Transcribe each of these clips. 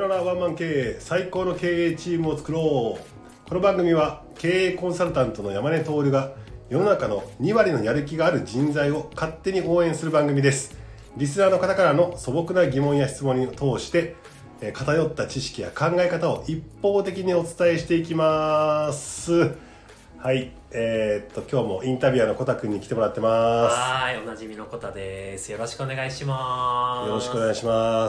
ララワンマン経営最高の経営チームを作ろう。この番組は経営コンサルタントの山根徹が世の中の2割のやる気がある人材を勝手に応援する番組です。リスナーの方からの素朴な疑問や質問に通して偏った知識や考え方を一方的にお伝えしていきます。はい、今日もインタビュアーのコタくんに来てもらってます。 はい、おなじみのコタです。よろしくお願いします。 よろしくお願いします。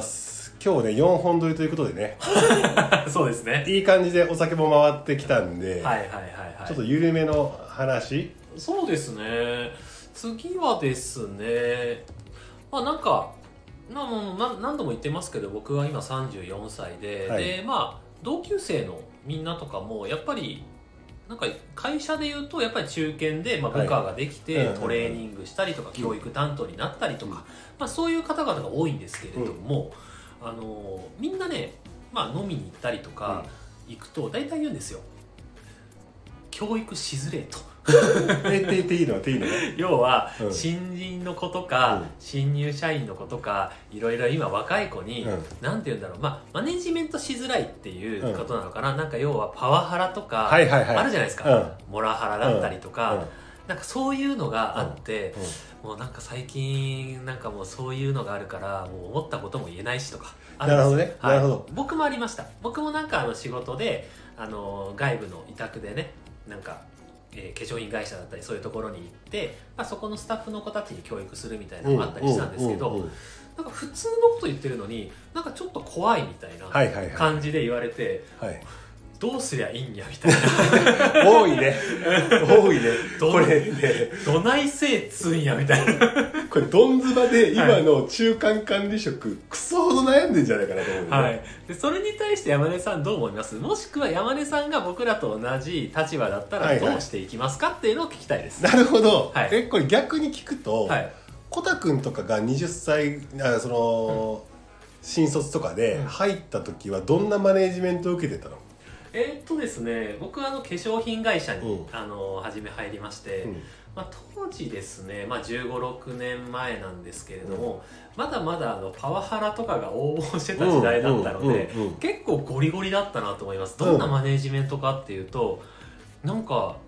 今日ね4本撮りということでねそうですね、 いい感じでお酒も回ってきたんで、 はい、 ちょっと緩めの話。 そうですね。次はですね、なんかもう何度も言ってますけど、僕は今34歳で、 はい、 で同級生のみんなとかもやっぱりなんか会社でいうとやっぱり中堅で部下ができてトレーニングしたりとか教育担当になったりとか、そういう方々が多いんですけれども、みんなね、飲みに行ったりとか行くと大体言うんですよ。教育しづれとっていいの要は、新人の子とか、新入社員の子とかいろいろ今若い子に、なんて言うんだろう、マネジメントしづらいっていうことなのかな、なんか要はパワハラとかあるじゃないですか、モラハラだったりとか、なんかそういうのがあって、もうなんか最近なんかもうそういうのがあるからもう思ったことも言えないしとかあるんですよ。 なるほど。 僕もありました。僕もなんか仕事で外部の委託でね、なんか化粧品会社だったりそういうところに行って、そこのスタッフの子たちに教育するみたいなのがあったりしたんですけど、なんか普通のこと言ってるのになんかちょっと怖いみたいな感じで言われて、どうすりゃいいんやみたいな多いねこれねどないせいつんやみたいなこれどんずばで今の中間管理職、クソほど悩んでんじゃないかなと思うんで、 でそれに対して山根さんどう思います？もしくは山根さんが僕らと同じ立場だったらどうしていきますかっていうのを聞きたいです。 なるほど、これ逆に聞くと、コタくんとかが20歳新卒とかで入った時はどんなマネージメントを受けてたの？ ですね、僕は化粧品会社に、初め入りまして、当時ですね、15、6年前なんですけれども、まだまだパワハラとかが応募してた時代だったので、結構ゴリゴリだったなと思います。どんなマネージメントかっていうと、なんか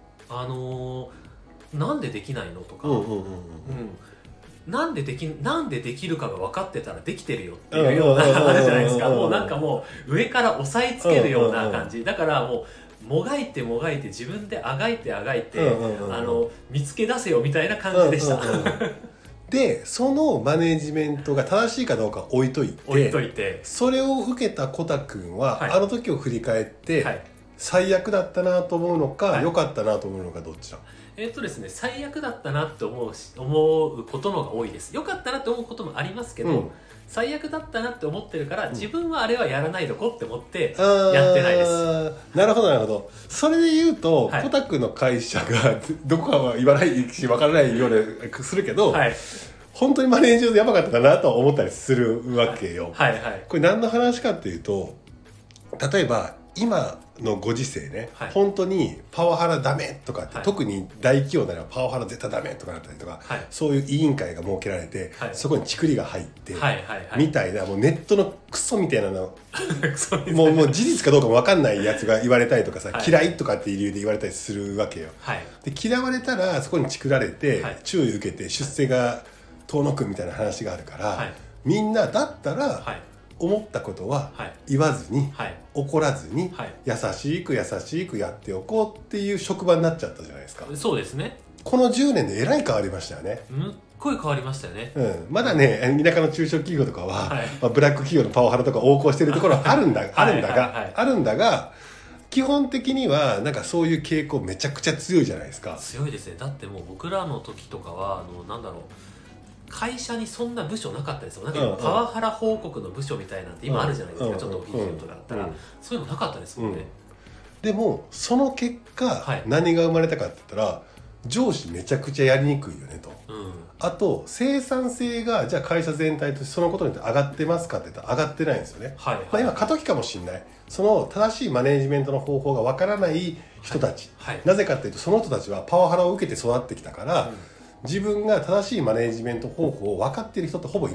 なんでできないのとか、なんでできるかが分かってたらできてるよっていうようなあるじゃないですか。もうなんかもう上から押さえつけるような感じだから、もうもがいて自分であがいて見つけ出せよみたいな感じでした。 でそのマネージメントが正しいかどうか置いといてそれを受けたコタくんは、あの時を振り返って、最悪だったなと思うのか、良かったなと思うのか、どっちだ？ ですね、最悪だったなって思うことの方が多いです。良かったなって思うこともありますけど、最悪だったなって思ってるから、自分はあれはやらないどこって思ってやってないです。 なるほど。それで言うと、コタくんの会社がどこかは言わないし分からないようでするけど、本当にマネージャーでやばかったかなとは思ったりするわけよ。これ何の話かっていうと、例えば今のご時世ね、本当にパワハラダメとかって、特に大企業ならパワハラ絶対ダメとかなったりとか、そういう委員会が設けられて、そこにチクリが入って、みたいな、もうネットのクソみたいなのもう事実かどうかも分かんないやつが言われたりとかさ、嫌いとかっていう理由で言われたりするわけよ。で嫌われたらそこにチクられて、注意受けて出世が遠のくみたいな話があるから、みんなだったら、思ったことは言わずに、怒らずに、優しくやっておこうっていう職場になっちゃったじゃないですか。 そうですね。 この10年でえらい変わりましたよね。 声変わりましたよね。 まだね、田舎の中小企業とかは、ブラック企業のパワハラとか横行してるところはあるんだが、基本的にはなんかそういう傾向めちゃくちゃ強いじゃないですか。 強いですね。だってもう僕らの時とかはなんだろう、会社にそんな部署なかったですよ。なんかパワハラ報告の部署みたいなんて今あるじゃないですか。ちょっと大きい企業とかだったら、そういうのなかったですもんね。 でもその結果、何が生まれたかって言ったら、上司めちゃくちゃやりにくいよねと、あと生産性がじゃあ会社全体としてそのことによって上がってますかって言ったら上がってないんですよね。今過渡期かもしれない。その正しいマネージメントの方法がわからない人たち、なぜかっていうとその人たちはパワハラを受けて育ってきたから、自分が正しいマネージメント方法を分かっている人ってほぼいない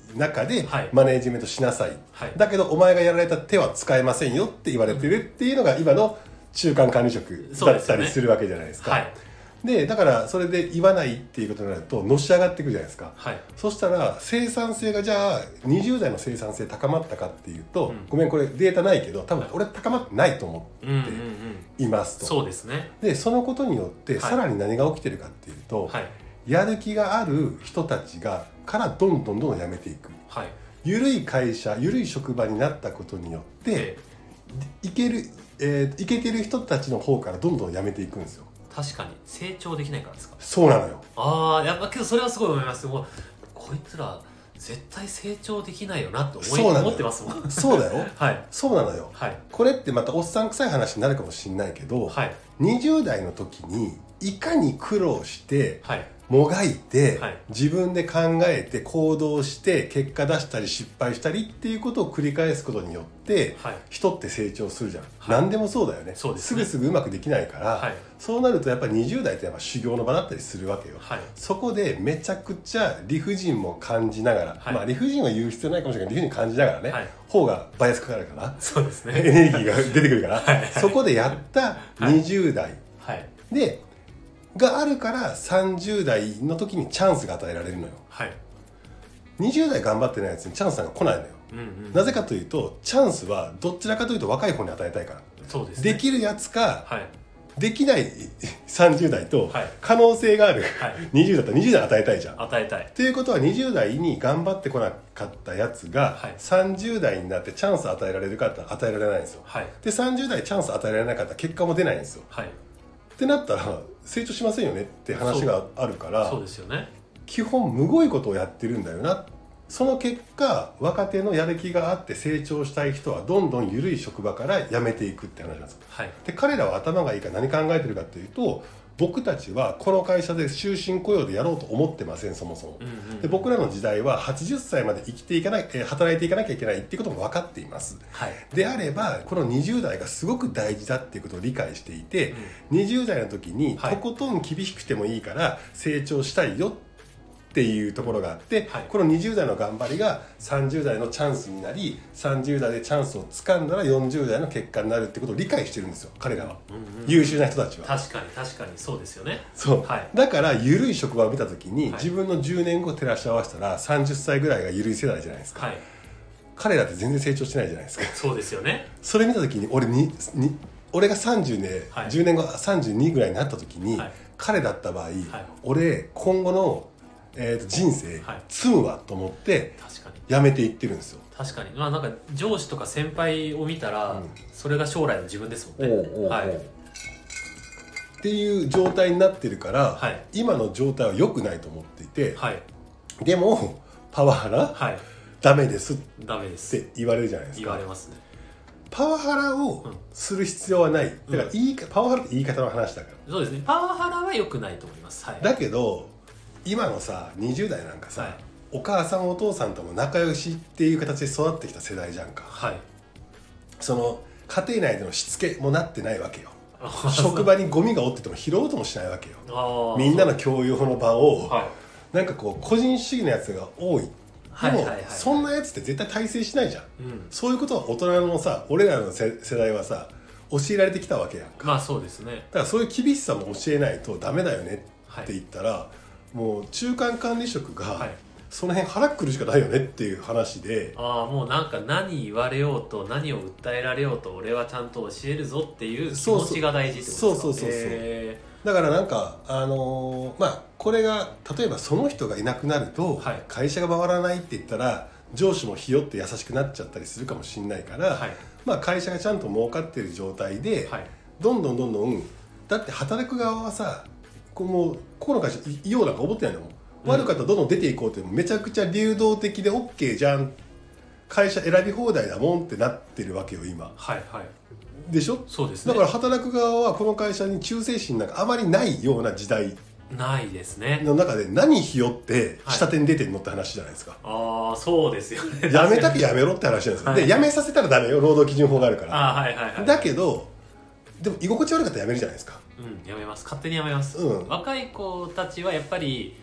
中でマネージメントしなさい、だけどお前がやられた手は使えませんよって言われてるっていうのが今の中間管理職だったりするわけじゃないですか。でだからそれで言わないっていうことになるとのし上がっていくじゃないですか、そしたら生産性がじゃあ20代の生産性高まったかっていうと、ごめんこれデータないけど多分俺高まってないと思っていますと。 そうですね。 でそのことによってさらに何が起きてるかっていうと、やる気がある人たちがからどんどん辞めていく、緩い会社緩い職場になったことによって、いけてる人たちの方からどんどん辞めていくんですよ。 確かに成長できないからですか。 そうなのよ。 やっぱけどそれはすごい思います。もうこいつら絶対成長できないよなって思ってますもん。 そうだよそうなのよ、これってまたおっさん臭い話になるかもしれないけど、20代の時にいかに苦労して、もがいて、自分で考えて行動して結果出したり失敗したりっていうことを繰り返すことによって、人って成長するじゃん、何でもそうだよね。すぐすぐうまくできないから、そうなるとやっぱり20代ってやっぱ修行の場だったりするわけよ、そこでめちゃくちゃ理不尽も感じながら、まあ理不尽は言う必要ないかもしれないけど理不尽感じながらね、方がバイアスかかるから、 そうですね、 エネルギーが出てくるからそこでやった20代、でがあるから30代の時にチャンスが与えられるのよ、20代頑張ってないやつにチャンスなんか来ないのよ、なぜかというとチャンスはどちらかというと若い方に与えたいから。 そうですね、 できるやつか、できない30代と可能性がある20代だったら20代与えたいじゃん。 与えたいということは20代に頑張ってこなかったやつが30代になってチャンス与えられるかって与えられないんですよ、で30代チャンス与えられなかったら結果も出ないんですよ、ってなったら成長しませんよねって話があるから、 そうですよね、 基本むごいことをやってるんだよな。その結果若手のやる気があって成長したい人はどんどん緩い職場から辞めていくって話なんですよ、で彼らは頭がいいから何考えてるかっていうと、僕たちはこの会社で終身雇用でやろうと思ってません、そもそも、で僕らの時代は80歳まで生きていかない、働いていかなきゃいけないっていうことも分かっています、であればこの20代がすごく大事だっていうことを理解していて、20代の時にとことん厳しくてもいいから成長したいよっていうところがあって、この20代の頑張りが30代のチャンスになり、30代でチャンスを掴んだら40代の結果になるってことを理解してるんですよ、彼らは、優秀な人たちは。 確かにそうですよね。 そう、だから緩い職場を見た時に、自分の10年後照らし合わせたら30歳ぐらいが緩い世代じゃないですか、彼らって全然成長してないじゃないですか。 そうですよね。 それ見た時に俺が30年、10年後32ぐらいになった時に、彼だった場合、俺今後の人生積むわと思って辞めていってるんですよ。 確かに、まあなんか上司とか先輩を見たら、それが将来の自分ですもんね。 っていう状態になってるから、今の状態は良くないと思っていて、でもパワハラ、ダメですって言われるじゃないですか。 言われますね。 パワハラをする必要はない。だからパワハラって言い方の話だから。 そうですね。パワハラは良くないと思います。 だけど今のさ20代なんかさ、お母さんお父さんとも仲良しっていう形で育ってきた世代じゃんか、その家庭内でのしつけもなってないわけよ職場にゴミが落ちてても拾おうともしないわけよ。みんなの共有の場を、なんかこう個人主義のやつが多い。でもそんなやつって絶対大成しないじゃん、そういうことは大人のさ俺らの世代はさ教えられてきたわけやんか。 まあそうですね。 だからそういう厳しさも教えないとダメだよねって言ったら、もう中間管理職がその辺腹くるしかないよねっていう話で、 もうなんか何言われようと何を訴えられようと俺はちゃんと教えるぞっていう気持ちが大事ってことですか。 そうだからなんかまあこれが例えばその人がいなくなると会社が回らないって言ったら上司もひよって優しくなっちゃったりするかもしれないから、まあ会社がちゃんと儲かってる状態でどんどんだって働く側はさもうここの会社いようなんか思ってないのも悪かったらどんどん出ていこうってめちゃくちゃ流動的で OK じゃん、会社選び放題だもんってなってるわけよ今。でしょ。 そうですね。 だから働く側はこの会社に忠誠心なんかあまりないような時代ないですねの中で何ひよって下手に出てんのって話じゃないですか、 そうですよね。 やめたくやめろって話なんですよ、でやめさせたらダメよ、労働基準法があるから。だけどでも居心地悪かったらやめるじゃないですか。 やめます。勝手にやめます、若い子たちはやっぱり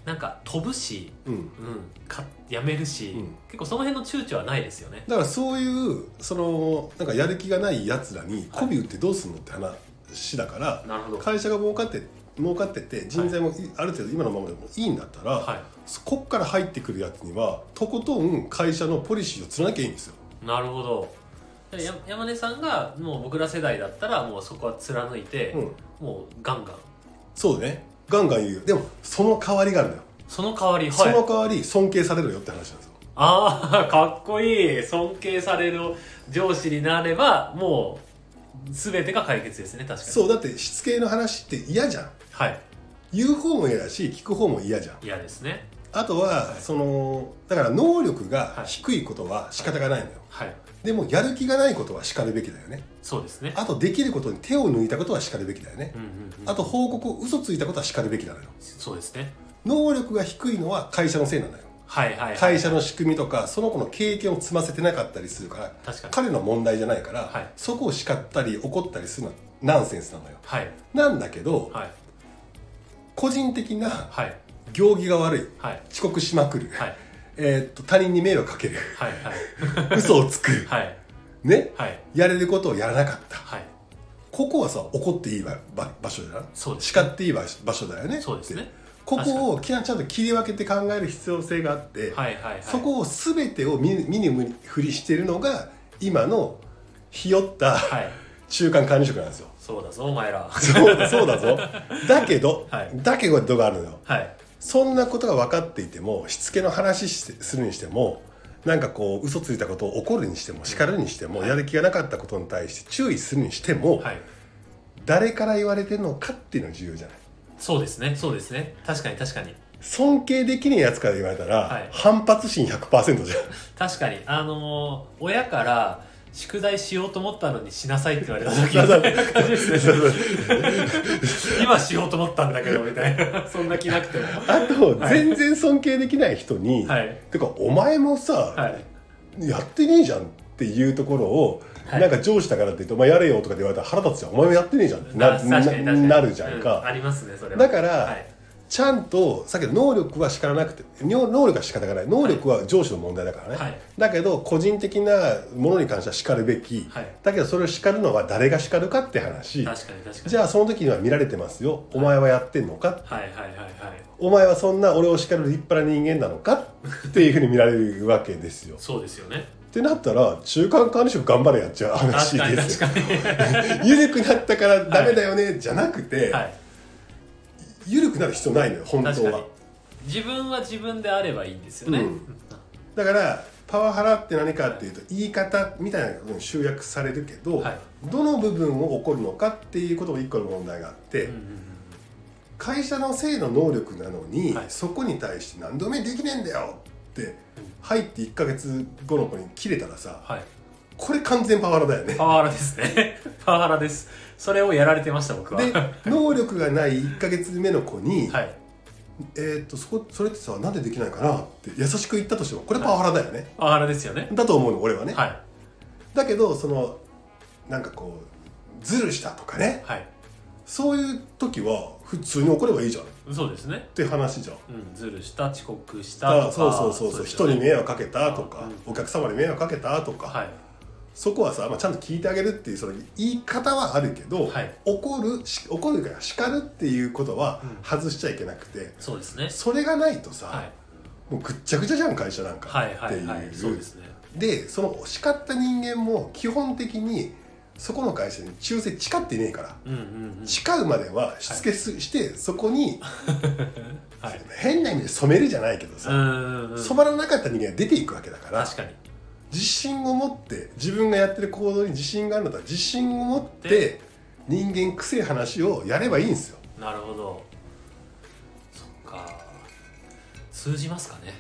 なんか飛ぶし、やめるし、結構その辺の躊躇はないですよね。 だからそういうなんかやる気がないやつらに媚び売ってどうすんのって話だから、 なるほど。 会社が儲かってて人材もある程度今のままでもいいんだったら、こっから入ってくるやつにはとことん会社のポリシーを貫きゃいいんですよ。 なるほど。山根さんがもう僕ら世代だったらもうそこは貫いて、もうガンガン。 そうね、ガンガン言うよ。でもその代わりがあるんだよ。 その代わり、 その代わり尊敬されるよって話なんですよ。 ああ、かっこいい。尊敬される上司になればもう全てが解決ですね。確かに。 そうだってしつけの話って嫌じゃん。言う方も嫌だし聞く方も嫌じゃん。 嫌ですね。 あとは、だから能力が低いことは仕方がないのよ。でもやる気がないことは叱るべきだよね。 そうですね。 あとできることに手を抜いたことは叱るべきだよね。あと報告を嘘ついたことは叱るべきなのよ。 そうですね。 能力が低いのは会社のせいなのよ。会社の仕組みとかその子の経験を積ませてなかったりするから、彼の問題じゃないから、そこを叱ったり怒ったりするのはナンセンスなのよ。なんだけど、個人的な行儀が悪い、遅刻しまくる、他人に迷惑かける、嘘をつく、ね、やれることをやらなかった、ここはさ怒っていい場所だな。叱っていい場所だよね。 そうですね。 ここをちゃんと切り分けて考える必要性があって、そこを全てを見にふりしてるのが今のひよった中間管理職なんですよ。 そうだぞお前ら。 そうだぞ。だけどどがあるのよ。そんなことが分かっていてもしつけの話するにしてもなんかこう嘘ついたことを怒るにしても叱るにしても、やる気がなかったことに対して注意するにしても、誰から言われてるのかっていうのが重要じゃない。 そうですね。そうですね。確かに確かに。 尊敬できないやつから言われたら、反発心 100% じゃん。 確かに親から宿題しようと思ったのにしなさいって言われた時みたいな感じですね。今しようと思ったんだけどみたいな。そんな気なくても。 あと、全然尊敬できない人に、てかお前もさ、やってねえじゃんっていうところを、なんか上司だからって言ってお前やれよとかって言われたら腹立つじゃん。お前もやってねえじゃんってなるじゃんか。 ありますねそれは。 だから、ちゃんとさっきの能力は叱らなくて、能力は仕方がない。能力は上司の問題だからね。だけど個人的なものに関しては叱るべき。だけどそれを叱るのは誰が叱るかって話。じゃあその時には見られてますよ。お前はやってんのか。お前はそんな俺を叱る立派な人間なのかっていうふうに見られるわけですよ。 そうですよね。 ってなったら中間管理職頑張れやっちゃう話ですよ。緩くなったからダメだよね、じゃなくて、緩くなる必要ないのよ本当は。 自分は自分であればいいんですよね。 だからパワハラって何かっていうと言い方みたいなことに集約されるけど、どの部分を怒るのかっていうことも一個の問題があって、会社のせいの能力なのに、そこに対して何でおめえできねえんだよって入って1ヶ月後の子に切れたらさ、これ完全パワハラだよね。 パワハラですね。パワハラです。それをやられてました僕は。 で能力がない1ヶ月目の子に、それってさなんでできないかなって優しく言ったとしてもこれパワハラだよね。 パワハラですよね。 だと思うの俺はね。だけどなんかこうズルしたとかね、そういう時は普通に怒ればいいじゃん。 そうですねって話じゃん。 ズルした遅刻したとか、 そう人に迷惑かけたとか、お客様に迷惑かけたとか、そこはさ、ちゃんと聞いてあげるっていうその言い方はあるけど、怒るから叱るっていうことは外しちゃいけなくて、 そうですね。 それがないとさ、もうぐっちゃぐちゃじゃん会社なんかっていう。 そうですね。 でその叱った人間も基本的にそこの会社に忠誠誓ってねえから、誓うまではしつけしてそこに変な意味で染めるじゃないけどさ、染まらなかった人間が出ていくわけだから、 確かに自信を持って自分がやってる行動に自信があるんだったら自信を持って人間くせえ話をやればいいんですよ。 なるほど。そっか、通じますかね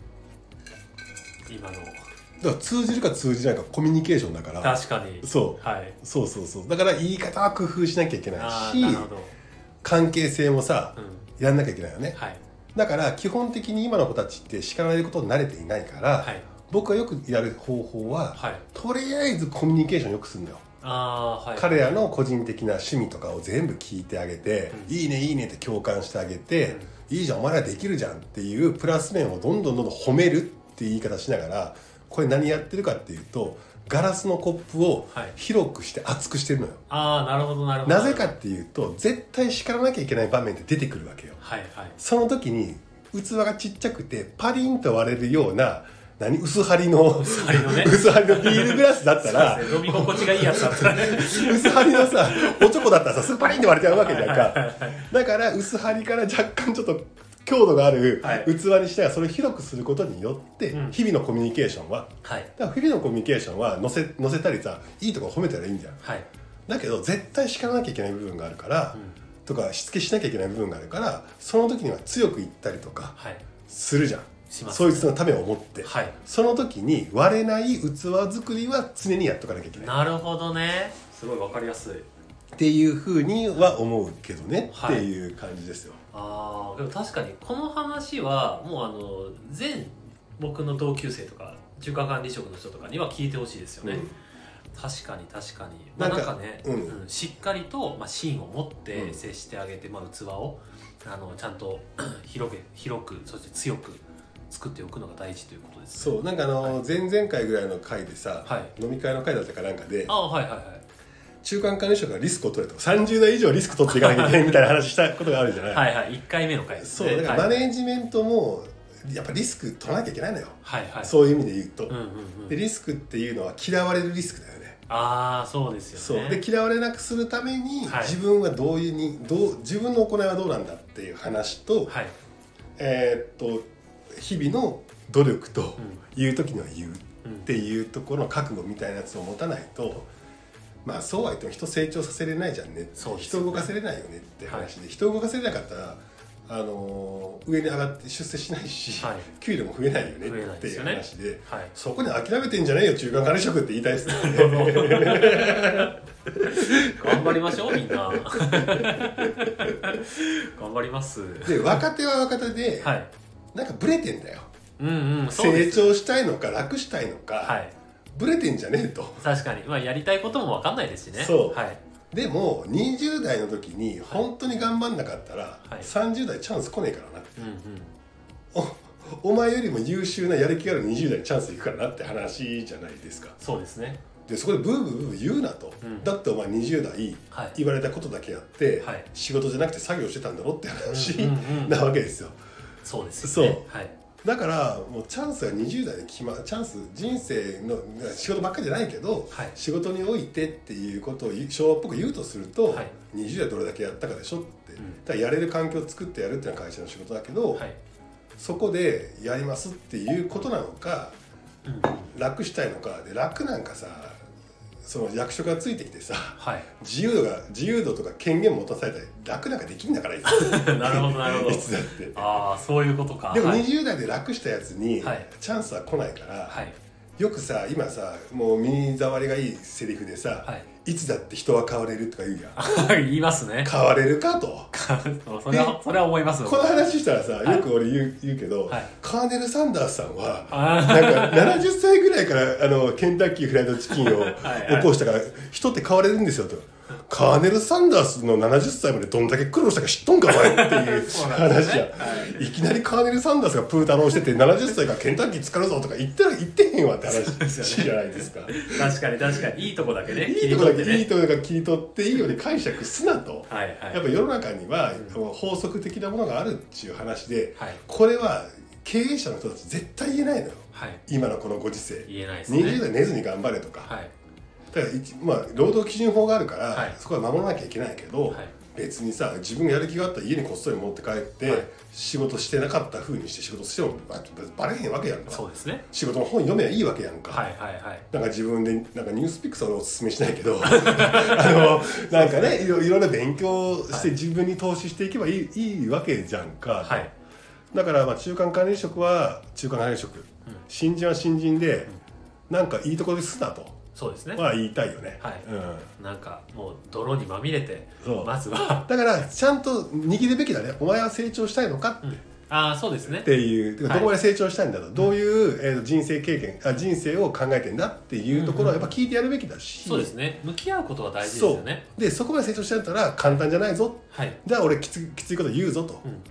今の。 だから通じるか通じないかコミュニケーションだから。 確かに。そう。 だから言い方は工夫しなきゃいけないし、関係性もさ、やんなきゃいけないよね。だから基本的に今の子たちって叱られることに慣れていないから、僕がよくやる方法は、とりあえずコミュニケーションよくするんだよ。彼らの個人的な趣味とかを全部聞いてあげて、いいねいいねって共感してあげて、 いいじゃんお前らできるじゃんっていうプラス面をどんどん褒めるっていう言い方しながら、これ何やってるかっていうと、ガラスのコップを広くして厚くしてるのよ、 ああなるほどなるほど。 なぜかっていうと絶対叱らなきゃいけない場面って出てくるわけよ。 はいはい。 その時に器がちっちゃくてパリンと割れるような薄張りの薄張りのね薄張りのビールグラスだったら飲み心地がいいやつだったらね薄張りのさおちょこだったらさスパリンって割れちゃうわけじゃんか。だから薄張りから若干ちょっと強度がある器にしてはそれを広くすることによって日々のコミュニケーションは、だから日々のコミュニケーションは乗せたりさ、いいとこ褒めたらいいんじゃん、だけど絶対叱らなきゃいけない部分があるから、とかしつけしなきゃいけない部分があるから、その時には強く言ったりとかするじゃん、そいつのためを思って、その時に割れない器作りは常にやっとかなきゃいけない。 なるほどね、すごい分かりやすいっていうふうには思うけどね、っていう感じですよ。 ああ、でも確かにこの話はもう全僕の同級生とか中華管理職の人とかには聞いてほしいですよね、確かに確かに、なんかね、しっかりと、芯を持って接してあげて、器をちゃんと広くそして強く作っておくのが大事ということです、ね、 そう、なんか前々回ぐらいの回でさ、飲み会の回だったかなんかで、中間管理職がリスクを取れと、30代以上リスク取っていかなきゃいけないみたいな話したことがあるじゃない。 はいはい、1回目の回ですね。 そう、だからマネージメントもやっぱリスク取らなきゃいけないのよ、そういう意味で言うと、でリスクっていうのは嫌われるリスクだよね。 ああ、そうですよね。 そうで、嫌われなくするために、自分は自分の行いはどうなんだっていう話と、日々の努力と言う時には言うっていうところの覚悟みたいなやつを持たないと、そうは言っても人成長させれないじゃんねって、人動かせれないよねって話で、人動かせれなかったら上に上がって出世しないし、給料も増えないよねっていう話で、そこに諦めてんじゃねえよ中間管理職って言いたいですね頑張りましょうみんな頑張ります。 で若手は若手で、なんかブレてんだよ、成長したいのか楽したいのか、ブレてんじゃねえと。 確かに、やりたいことも分かんないですしね。 そう、でも20代の時に本当に頑張んなかったら、30代チャンス来ねえからな、お前よりも優秀なやる気がある20代にチャンスいくからなって話じゃないですか。 そうですね。 でそこでブーブーブーブー言うなと、だってお前20代言われたことだけやって、仕事じゃなくて作業してたんだろって話なわけですよ。 そうですよね。 だからもうチャンスが20代でチャンス、人生の仕事ばっかりじゃないけど、仕事においてっていうことを昭和っぽく言うとすると、20代どれだけやったかでしょって、だからやれる環境を作ってやるっていうのは会社の仕事だけど、そこでやりますっていうことなのか、楽したいのかで、楽なんかさ、その役職がついてきてさ、自由度とか権限持たされたら楽なんかできんだからいつなるほどなるほど。 いつだって。 ああ、そういうことか。 でも20代で楽したやつにチャンスは来ないから、よくさ今さもう耳障りがいいセリフでさ、いつだって人は変われるとか言うじゃん。 言いますね。 変われるかとそれは思います。 この話したらさ、よく俺言うけど、カーネル・サンダースさんはなんか70歳ぐらいからケンタッキーフライドチキンを起こしたから人って変われるんですよと。カーネル・サンダースの70歳までどんだけ苦労したか知っとんかお前っていう話じゃん。いきなりカーネル・サンダースがプー太郎してて70歳からケンタッキー使うぞとか言ってへんわって話じゃないですか。 確かにいいとこだけね、 いいとこだけ切り取っていいように解釈すなと。やっぱ世の中には法則的なものがあるっていう話で、これは経営者の人たち絶対言えないのよ、今のこのご時世。 言えないですね。 20代寝ずに頑張れとか、だから労働基準法があるから、そこは守らなきゃいけないけど、別にさ自分がやる気があったら家にこっそり持って帰って、仕事してなかった風にして仕事してもバレへんわけやんか。 そうですね。 仕事の本読めばいいわけやんか。なんか自分でなんかニュースピックスはおすすめしないけどなんかねいろいろ勉強して自分に投資していけばいいわけじゃんか。だから中間管理職は中間管理職、新人は新人で、なんかいいところですなと。 そうですね。 言いたいよね。 なんかもう泥にまみれて、まずはだからちゃんと握るべきだね。お前は成長したいのかって。 そうですね。 っていうどこまで成長したいんだと、どういう人生経験人生を考えてんだっていうところはやっぱ聞いてやるべきだし。 そうですね。向き合うことが大事ですよね。 でそこまで成長してたら簡単じゃないぞ。じゃあ俺きついこと言うぞと。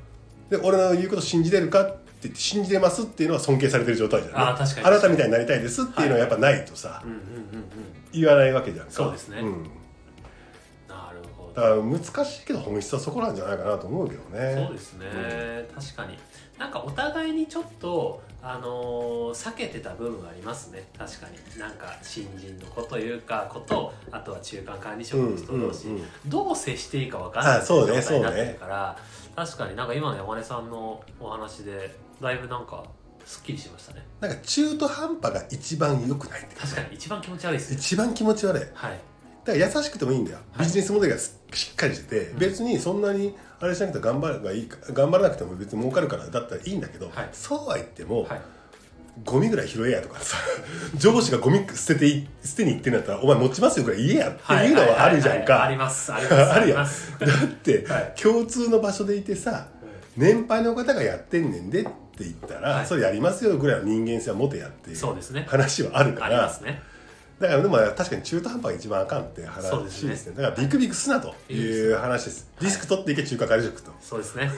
で俺の言うこと信じれるかって言って信じれますっていうのは尊敬されてる状態じゃんね。 確かにあなたみたいになりたいですっていうのはやっぱないとさ、言わないわけじゃんか。 そうですね、 なるほど。だから難しいけど本質はそこなんじゃないかなと思うけどね。 そうですね、確かになんかお互いにちょっと避けてた部分はありますね。確かになんか新人の子というかあとは中間管理職の人同士、どう接していいか分からない状態になってるから、確かになんか今の山根さんのお話でだいぶなんかすっきりしましたね。 なんか中途半端が一番良くないって。 確かに一番気持ち悪いですね。 一番気持ち悪い。 はい。 だから優しくてもいいんだよ、ビジネスモデルがしっかりしてて、別にそんなにあれしなくて頑張らなくても別に儲かるからだったらいいんだけど、そうは言っても、ゴミぐらい拾えやとかさ上司がゴミ捨てに行ってんだったらお前持ちますよぐらい言えやっていうのはあるじゃんか。 ありますあるよ。だって共通の場所でいてさ、年配の方がやってんねんでって言ったら、それやりますよぐらいの人間性は持てやっていう話はあるから。ありますね。だからでも確かに中途半端が一番あかんって話ですね。だからビクビクすなという話です。リスク取っていけ中華管理職と。 そうですね。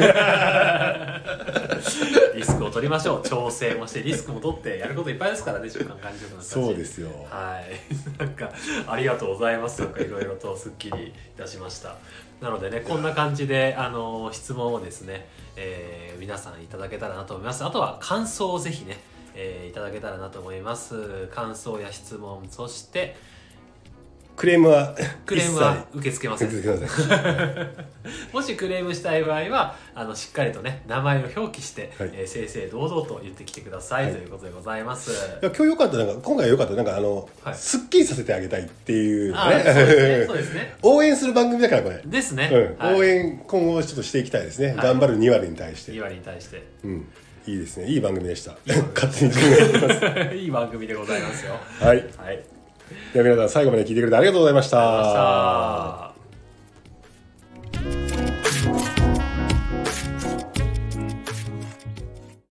リスクを取りましょう。調整もしてリスクも取ってやることいっぱいですからね、中間管理職の人たち。 そうですよ。 はい。なんかありがとうございますとかいろいろとすっきりいたしました。なのでね、こんな感じで質問をですね、皆さんいただけたらなと思います。あとは感想をぜひね。いただけたらなと思います。感想や質問、そしてクレームは受け付けません。もしクレームしたい場合はしっかりとね名前を表記して、正々堂々と言ってきてください、ということでございます。 今日よかった今回よかったすっきりさせてあげたいっていうね。 そうですね。 応援する番組だからこれ。 ですね。 応援今後ちょっとしていきたいですね。頑張る2割に対して。 2割に対して。 いいですね。いい番組でした。勝手に自分がやってます。 いい番組でございますよ。 はい。では皆さん最後まで聞いてくれてありがとうございました。